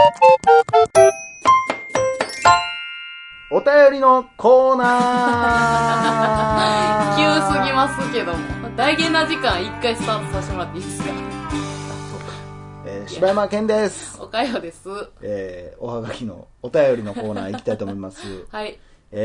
お便りのコーナー急すぎますけども、大変な時間一回スタートさせてもらっていいですか？ 柴山健です。 おかよです。 おはがきのお便りのコーナー行きたいと思います。 はい。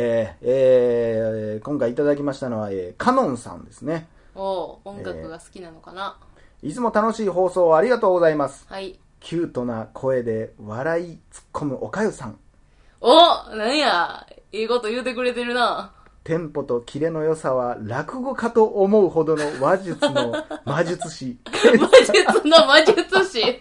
今回いただきましたのは、カノンさんですね。 音楽が好きなのかな。 いつも楽しい放送をありがとうございます。 はい。 キュートな声で笑い突っ込むおかゆさん。 なんや、いいこと言うてくれてるな。 テンポとキレの良さは落語家と思うほどの話術の魔術師。 魔術の魔術師。 恥ず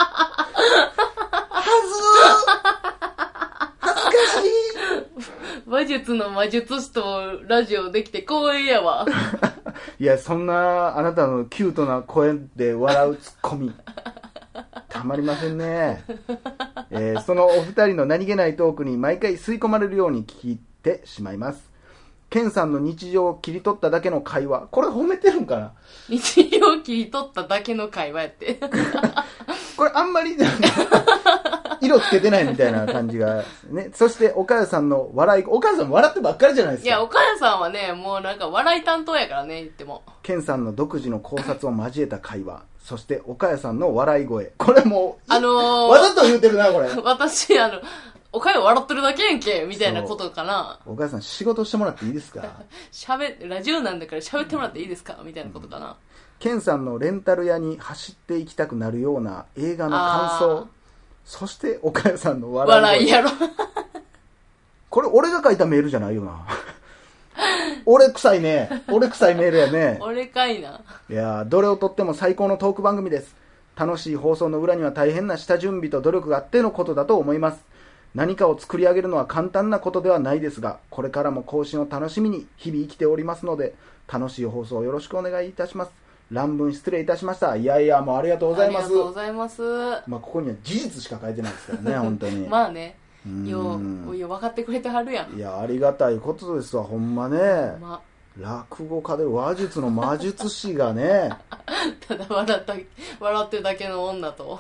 かしい。 魔術の魔術師とラジオできて光栄やわ。 いや、そんなあなたのキュートな声で笑うツッコミたまりませんね。そのお二人の何気ないトークに毎回吸い込まれるように聞いてしまいます。ケンさんの日常を切り取っただけの会話、これ褒めてるんかな？ 日常を切り取っただけの会話やってこれあんまり色つけてないみたいな感じがね。そして岡谷さんの笑い、岡谷さんも笑ってばっかりじゃないですか。 いや、岡谷さんはね、もうなんか笑い担当やからね、言っても。 ケンさんの独自の考察を交えた会話、そして岡谷さんの笑い声、これもう、わざと言うてるなこれ。 私おかゆ笑ってるだけやんけみたいなことかな。 お母さん仕事してもらっていいですか？ ラジオなんだから喋ってもらっていいですかみたいなことかな。 ケンさんのレンタル屋に走っていきたくなるような映画の感想、そしておかゆさんの笑いやろこれ俺が書いたメールじゃないよな。俺臭いね。俺臭いメールやね。 俺かいな。 いや、どれをとっても最高のトーク番組です。楽しい放送の裏には大変な下準備と努力があってのことだと思います。何かを作り上げるのは簡単なことではないですが、これからも更新を楽しみに日々生きておりますので、楽しい放送をよろしくお願いいたします。乱文失礼いたしました。いやいや、もうありがとうございます。 ありがとうございます。 まあ、ここには事実しか書いてないですからね、本当に。 まあね、分かってくれてはるやん。 いや、ありがたいことですわ、ほんまね。落語家で話術の魔術師がね。 ただ笑ってるだけの女と。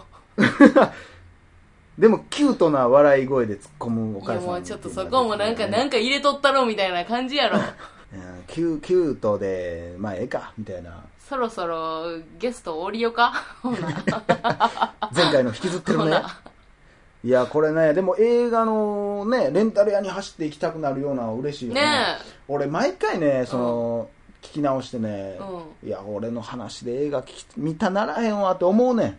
でもキュートな笑い声で突っ込むお母さん、ね、 いやもうちょっとそこもなんか入れとったろみたいな感じやろ。 キュートでまあええかみたいな。 そろそろゲスト降りよか。 前回の引きずってるね。いやこれね、でも映画のねレンタル屋に走って行きたくなるような嬉しいよね。俺毎回ね聞き直してね、いや俺の話で映画見たならへんわって思うね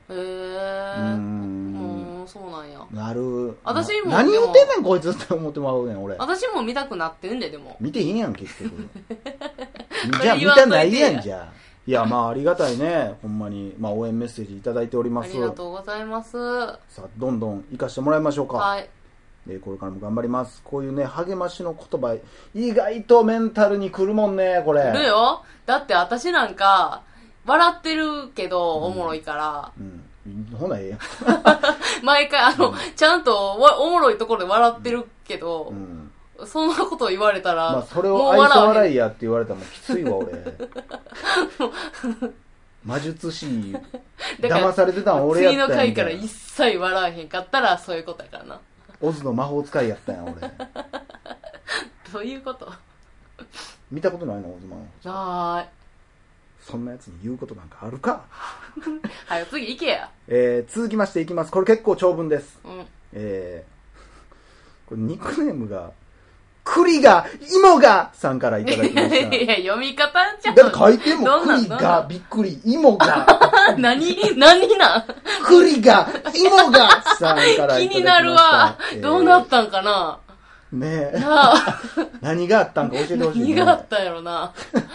ん。 そうなんや。 なる。 私も何言ってんねんこいつって思ってまうねん俺。 私も見たくなってんで。でも見てへんやん結局。じゃあ見たないやんじゃあ。いやまあありがたいね、ほんまに。まあ応援メッセージいただいております。 ありがとうございます。 さあどんどん生かしてもらいましょうか。 はい。 これからも頑張ります。こういうね励ましの言葉意外とメンタルにくるもんねこれ。 くるよ。だって私なんか笑ってるけどおもろいから。 ほなええやん。 毎回ちゃんとおもろいところで笑ってるけど、そんなこと言われたら、 まあそれを愛想笑いやって言われたらもうきついわ俺。魔術師騙されてたん俺やったんや。 次の回から一切笑えへんかったらそういうことやからな。 オズの魔法使いやったんや俺。 どういうこと？ 見たことないのオズ魔法。 なーい。 そんなやつに言うことなんかあるか。 はい、次行けや。 続きましていきます。これ結構長文です。これニックネームが栗が芋がさんからいただきました。 いや読み方ちゃう。 だって書いても栗がびっくり芋が何なん栗が芋がさんからいただきました。 気になるわ。どうなったんかな。 ねえ。何があったんか教えてほしい、ね。 何があったんやろな。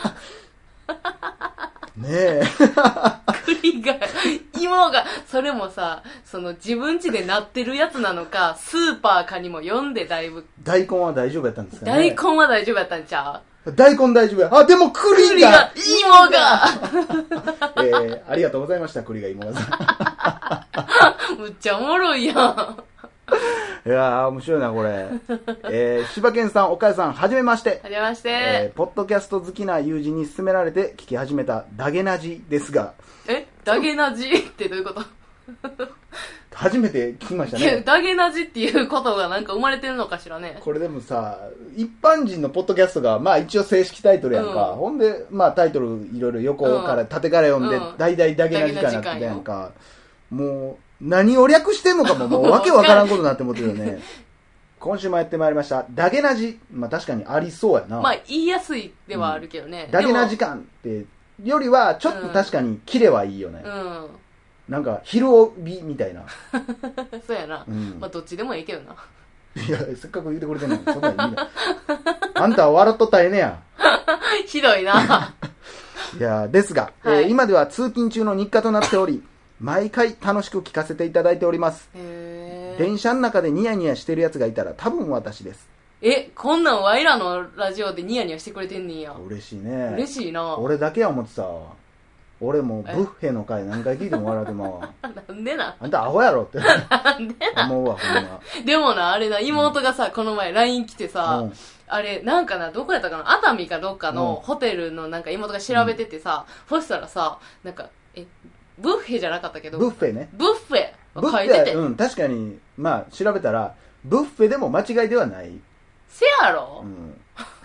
ねえ。 栗が芋がそれもさ、自分家でなってるやつなのかスーパーかにも読んで。だいぶ大根は大丈夫やったんですかね。 大根は大丈夫やったんちゃう。大根大丈夫や。あ、でも栗が芋がありがとうございました。栗が芋がさん。むっちゃおもろいやん。 いやー面白いなこれ。柴犬さん、岡谷さん、はじめまして。 はじめまして。 ポッドキャスト好きな友人に勧められて聞き始めたダゲナジですが。 ダゲナジってどういうこと？ 初めて聞きましたいやね。 ダゲナジっていうことがなんか生まれてるのかしらね。 これでもさ、一般人のポッドキャストが、まあ一応正式タイトルやんか。 うんほんで、まあタイトルいろいろ横から、縦から読んで、大々ダゲな時間になってたやんか。もう、何を略してんのかも、もうわけわからんことになって思ってるよね。今週もやってまいりました。ダゲなじ。まあ確かにありそうやな。 まあ言いやすいではあるけどね。 ダゲな時間ってよりは、ちょっと確かにキレはいいよね。 うん。 なんか、昼帯みたいな。 そうやな。 うん、 まあどっちでもいいけどな。 いや、せっかく言ってくれてんのに、そんなんいいな。あんたは笑っとったらええねや。 ひどいな。 いや、ですが、 はい、 今では通勤中の日課となっており、毎回楽しく聞かせていただいております。電車の中でニヤニヤしてるやつがいたら多分私です。 こんなんワイらのラジオでニヤニヤしてくれてんねんや。 嬉しいね。 嬉しいな。 俺だけは思ってた。俺もブッフェの回何回聞いても笑うてまうわ。 なんでな。 あんたアホやろってなんでな思うわ、ほんま。 でもな、あれな、妹がさ、この前 LINE 来てさ、あれ、なんかな、どこやったかな、熱海かどっかのホテルのなんか妹が調べててさ、そしたらさ、なんか、ブッフェじゃなかったけど、 ブッフェね。 ブッフェ書いてて。 うん、確かに、まあ、調べたら、ブッフェでも間違いではない。 せやろ、 うん、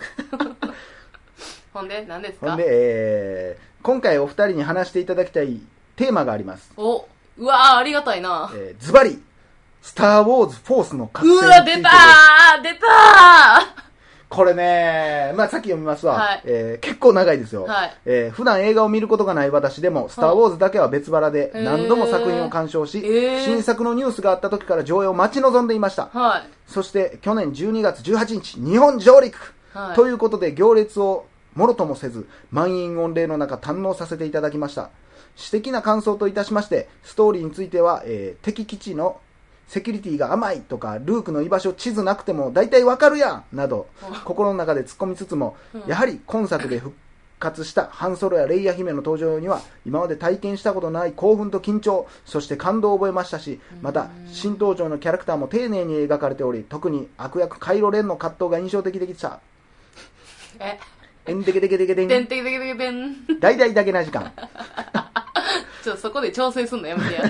ほんで、何ですか？ ほんで、今回お二人に話していただきたいテーマがあります。 うわー、ありがたいな。 ズバリ、スター・ウォーズ・フォースの覚醒について。 うわ、出たーこれね、まあさっき読みますわ。 はい、 結構長いですよ。 はい、 普段映画を見ることがない私でも、スター・ウォーズだけは別腹で何度も作品を鑑賞し、新作のニュースがあった時から上映を待ち望んでいました。 はい、 そして去年12月18日、日本上陸、はい、ということで行列をもろともせず、満員御礼の中堪能させていただきました。私的な感想といたしまして、ストーリーについては、敵基地のセキュリティが甘いとか、ルークの居場所地図なくても大体わかるやんなど、心の中で突っ込みつつも、やはり今作で復活したハンソロやレイヤ姫の登場には、今まで体験したことのない興奮と緊張、そして感動を覚えましたし、また、新登場のキャラクターも丁寧に描かれており、特に悪役カイロレンの葛藤が印象的でした。エンテケテケテケテン。 テンテケテケテケテン。 大々だけな時間。 ちょっとそこで調整すんのやめてや。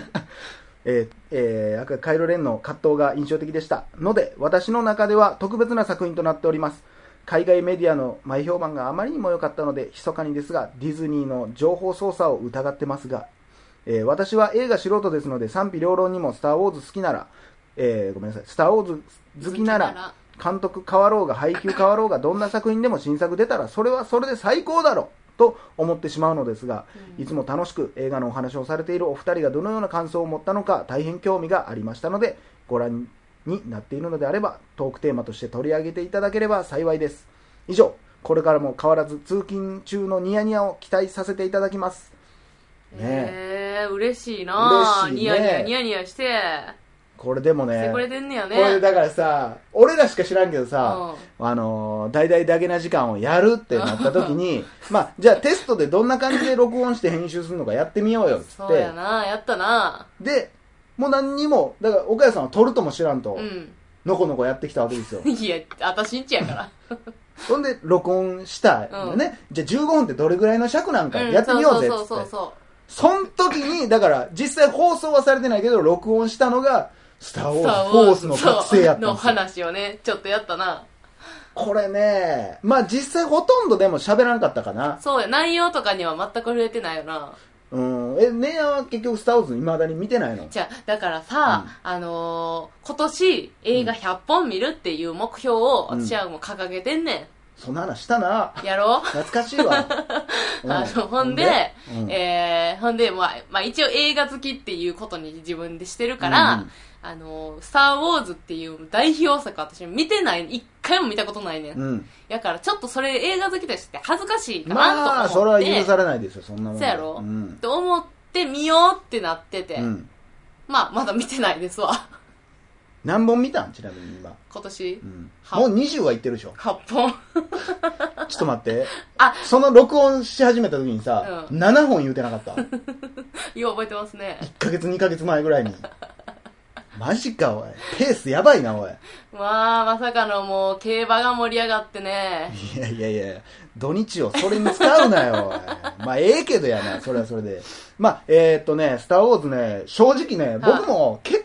カイロレンの葛藤が印象的でしたので、私の中では特別な作品となっております。海外メディアの前評判があまりにも良かったので、密かにですがディズニーの情報操作を疑ってますが、私は映画素人ですので賛否両論にもスターウォーズ好きなら、ごめんなさい、スターウォーズ好きなら監督変わろうが配給変わろうがどんな作品でも新作出たらそれはそれで最高だろと思ってしまうのですが、いつも楽しく映画のお話をされているお二人がどのような感想を持ったのか大変興味がありましたので、ご覧になっているのであればトークテーマとして取り上げていただければ幸いです。以上、これからも変わらず通勤中のニヤニヤを期待させていただきます。 ね、嬉しいな。嬉しいね。ニヤニヤニヤニヤして。 これでもね、 これでんねやね。 これだからさ、俺らしか知らんけどさ、大々だけな時間をやるってなった時に、まあ、じゃあテストでどんな感じで録音して編集するのかやってみようよっつって。 そうやな、やったな。 で、もう何にも、だから岡谷さんは撮るとも知らんと、のこのこやってきたわけですよ。 いや、私んちやから。 そんで、録音したいよね。じゃあ15分ってどれぐらいの尺なんかやってみようぜっつって。そん時に、だから実際放送はされてないけど、録音したのが、スター・ウォーズ・フォースの覚醒やったんですよ。 の話をね、ちょっとやったな。 これね、まあ実際ほとんどでも喋らなかったかな。 そうや、内容とかには全く触れてないよな。 姉やは結局スター・ウォーズ未だに見てないの？ じゃあ、だからさ、今年映画100本見るっていう目標を私はもう掲げてんねん。 そんな話したな。 やろ？ 懐かしいわ。 ほんで、まあ一応映画好きっていうことに自分でしてるから、スター・ウォーズっていう代表作私見てない、一回も見たことないねん。やからちょっとそれ映画好きとして恥ずかしいかなと思って。 まあ、それは許されないですよ、そんなもん。 そうやろ？と思って見ようってなってて、まあまだ見てないですわ。 何本見たんちなみに今。 今年、 もう20はいってるでしょ。 8本。 ちょっと待って。その録音し始めた時にさ、7本言うてなかった。 よう覚えてますね。 1ヶ月2ヶ月前ぐらいに。マジかおい。ペースやばいなおい。 まあまさかのもう競馬が盛り上がってね。 いや土日をそれに使うなよおい。まあええけどやな、それはそれで。まあスター・ウォーズね、正直ね、僕も結構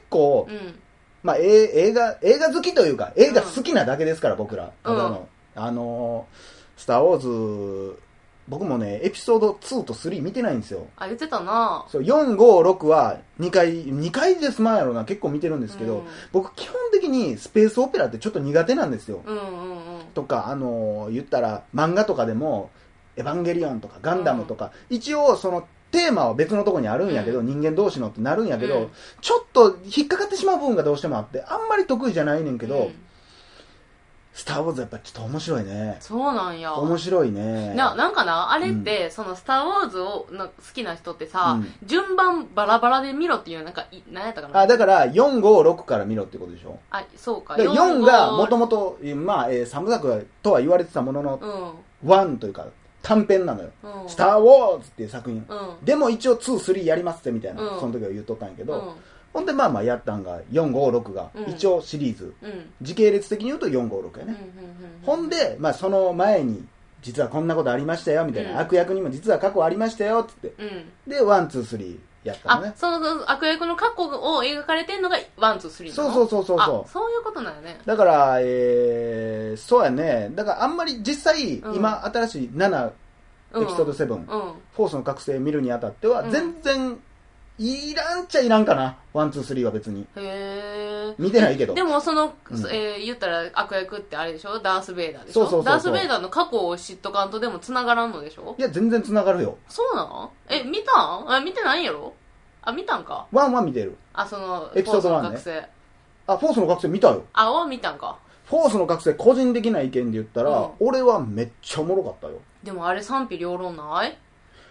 まあ、映画好きというか、映画好きなだけですから、僕ら。ただの、スター・ウォーズ、僕もね、エピソード2と3見てないんですよ。 あ、言ってたな。 そう、4、5、6は2回ですまんやろな、結構見てるんですけど、僕基本的にスペースオペラってちょっと苦手なんですよ。とか、言ったら漫画とかでも、エヴァンゲリオンとかガンダムとか、一応そのテーマは別のとこにあるんやけど、人間同士のってなるんやけど、ちょっと引っかかってしまう部分がどうしてもあって、あんまり得意じゃないねんけど、スター・ウォーズやっぱちょっと面白いね。 そうなんや。 面白いね。 なんかな、あれって、そのスター・ウォーズを好きな人ってさ、順番バラバラで見ろっていう、なんやったかな。 あ、だから、4、5、6から見ろってことでしょ。 あ、そうか。 4がもともと、まあ、3部作とは言われてたものの、1というか、短編なのよ。スター・ウォーズっていう作品。でも一応2、3やりますってみたいな、その時は言っとったんやけど、ほんでまあやったんが4、5、6が一応シリーズ、時系列的に言うと4、5、6やね、ほんでまあその前に実はこんなことありましたよみたいな、悪役にも実は過去ありましたよって言って、で1、2、3やったのね。 その悪役の過去を描かれてんのが1、2、3なの。 そうそういうことなんやね。 だから、そうやね。だからあんまり実際、今新しい7エピソード7、フォースの覚醒見るにあたっては全然いらんっちゃいらんかな。1、2、3は別に。見てないけど。 でもその、言ったら悪役ってあれでしょ、ダース・ベイダーでしょ。ダース・ベイダーの過去を知っとかんとでも繋がらんのでしょ。 いや、全然繋がるよ。 そうなの？見たん？見てないんやろ？見たんか。 1は見てる。 その、 エピソード1ね。フォースの覚醒見たよ。 は見たんか。 フォースの覚醒個人的な意見で言ったら、俺はめっちゃおもろかったよ。 でもあれ賛否両論ない？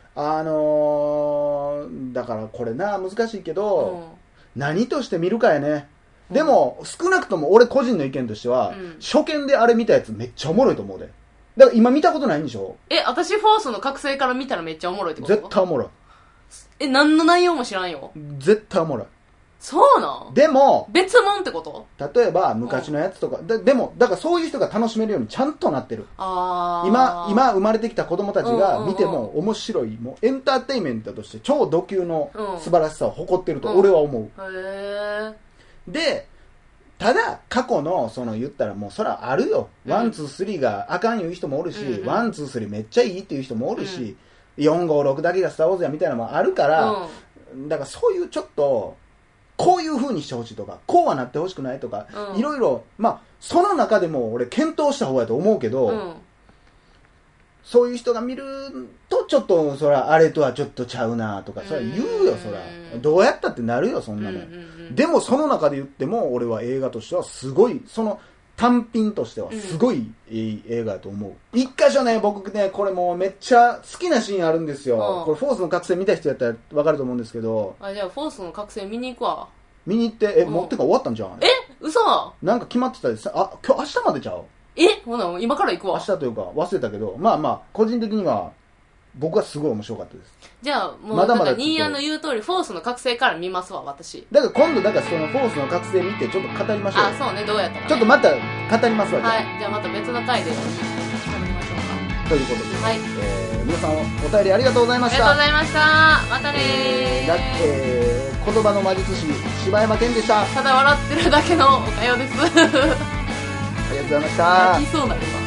だからこれな、難しいけど、何として見るかやね。でも、少なくとも俺個人の意見としては、初見であれ見たやつめっちゃおもろいと思うで。だから今見たことないんでしょ？ 私フォースの覚醒から見たらめっちゃおもろいってこと？ 絶対おもろい。何の内容も知らんよ。 絶対おもろい。 そうなん？ でも、 別物ってこと？ 例えば昔のやつとか、でも、だからそういう人が楽しめるようにちゃんとなってる。今生まれてきた子供たちが見ても面白い、もうエンターテインメントとして超ド級の素晴らしさを誇ってると俺は思う。で、ただ過去のその言ったらもうそらあるよ。1、2、3があかんいう人もおるし、1、2、3めっちゃいいっていう人もおるし、4、5、6だけがスターウォーズやみたいなのもあるから、だからそういうちょっと、こういう風にしてほしいとか、こうはなってほしくないとか、いろいろ、まあ、その中でも俺検討した方やと思うけど、そういう人が見ると、ちょっと、そら、あれとはちょっとちゃうなとか、そら言うよ、そら。どうやったってなるよ、そんなの。でも、その中で言っても、俺は映画としてはすごい、その、単品としてはすごいいい映画だと思う。一箇所ね、僕ね、これもうめっちゃ好きなシーンあるんですよ。これ、フォースの覚醒見た人やったらわかると思うんですけど。 じゃあ、フォースの覚醒見に行くわ。 見に行って、持ってか終わったんじゃん。 嘘？ なんか決まってたでさ、今日明日までちゃう？ ほな、今から行くわ。 明日というか、忘れたけど、まあまあ、個人的には、僕はすごい面白かったです。 じゃあ、もう、まだまだニーヤンの言う通り、フォースの覚醒から見ますわ、私。 だから今度、そのフォースの覚醒見て、ちょっと語りましょう。 そうね、どうやったら、ね。 ちょっとまた語りますわ、 はい。じゃあまた別の回で喋りましょうか。 ということで、皆さんお便りありがとうございました。 ありがとうございました。またね言葉の魔術師、柴山健でした。 ただ笑ってるだけのおかよです。ありがとうございました。 泣きそうな今。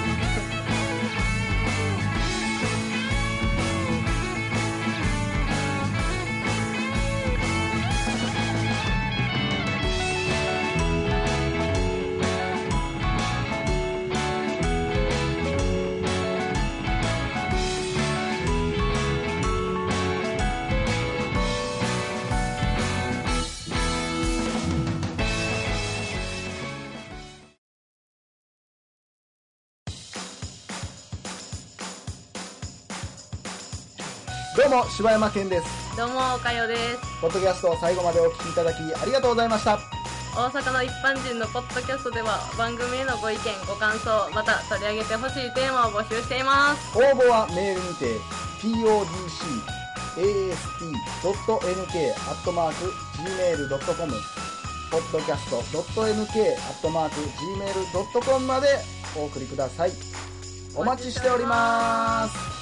どうも柴山健です。 どうもおかよです。 ポッドキャストを最後までお聞きいただきありがとうございました。 大阪の一般人のポッドキャストでは番組へのご意見ご感想また取り上げてほしいテーマを募集しています。 応募はメールにて podcast.nk@gmail.com podcast.nk@gmail.com までお送りください。お待ちしております。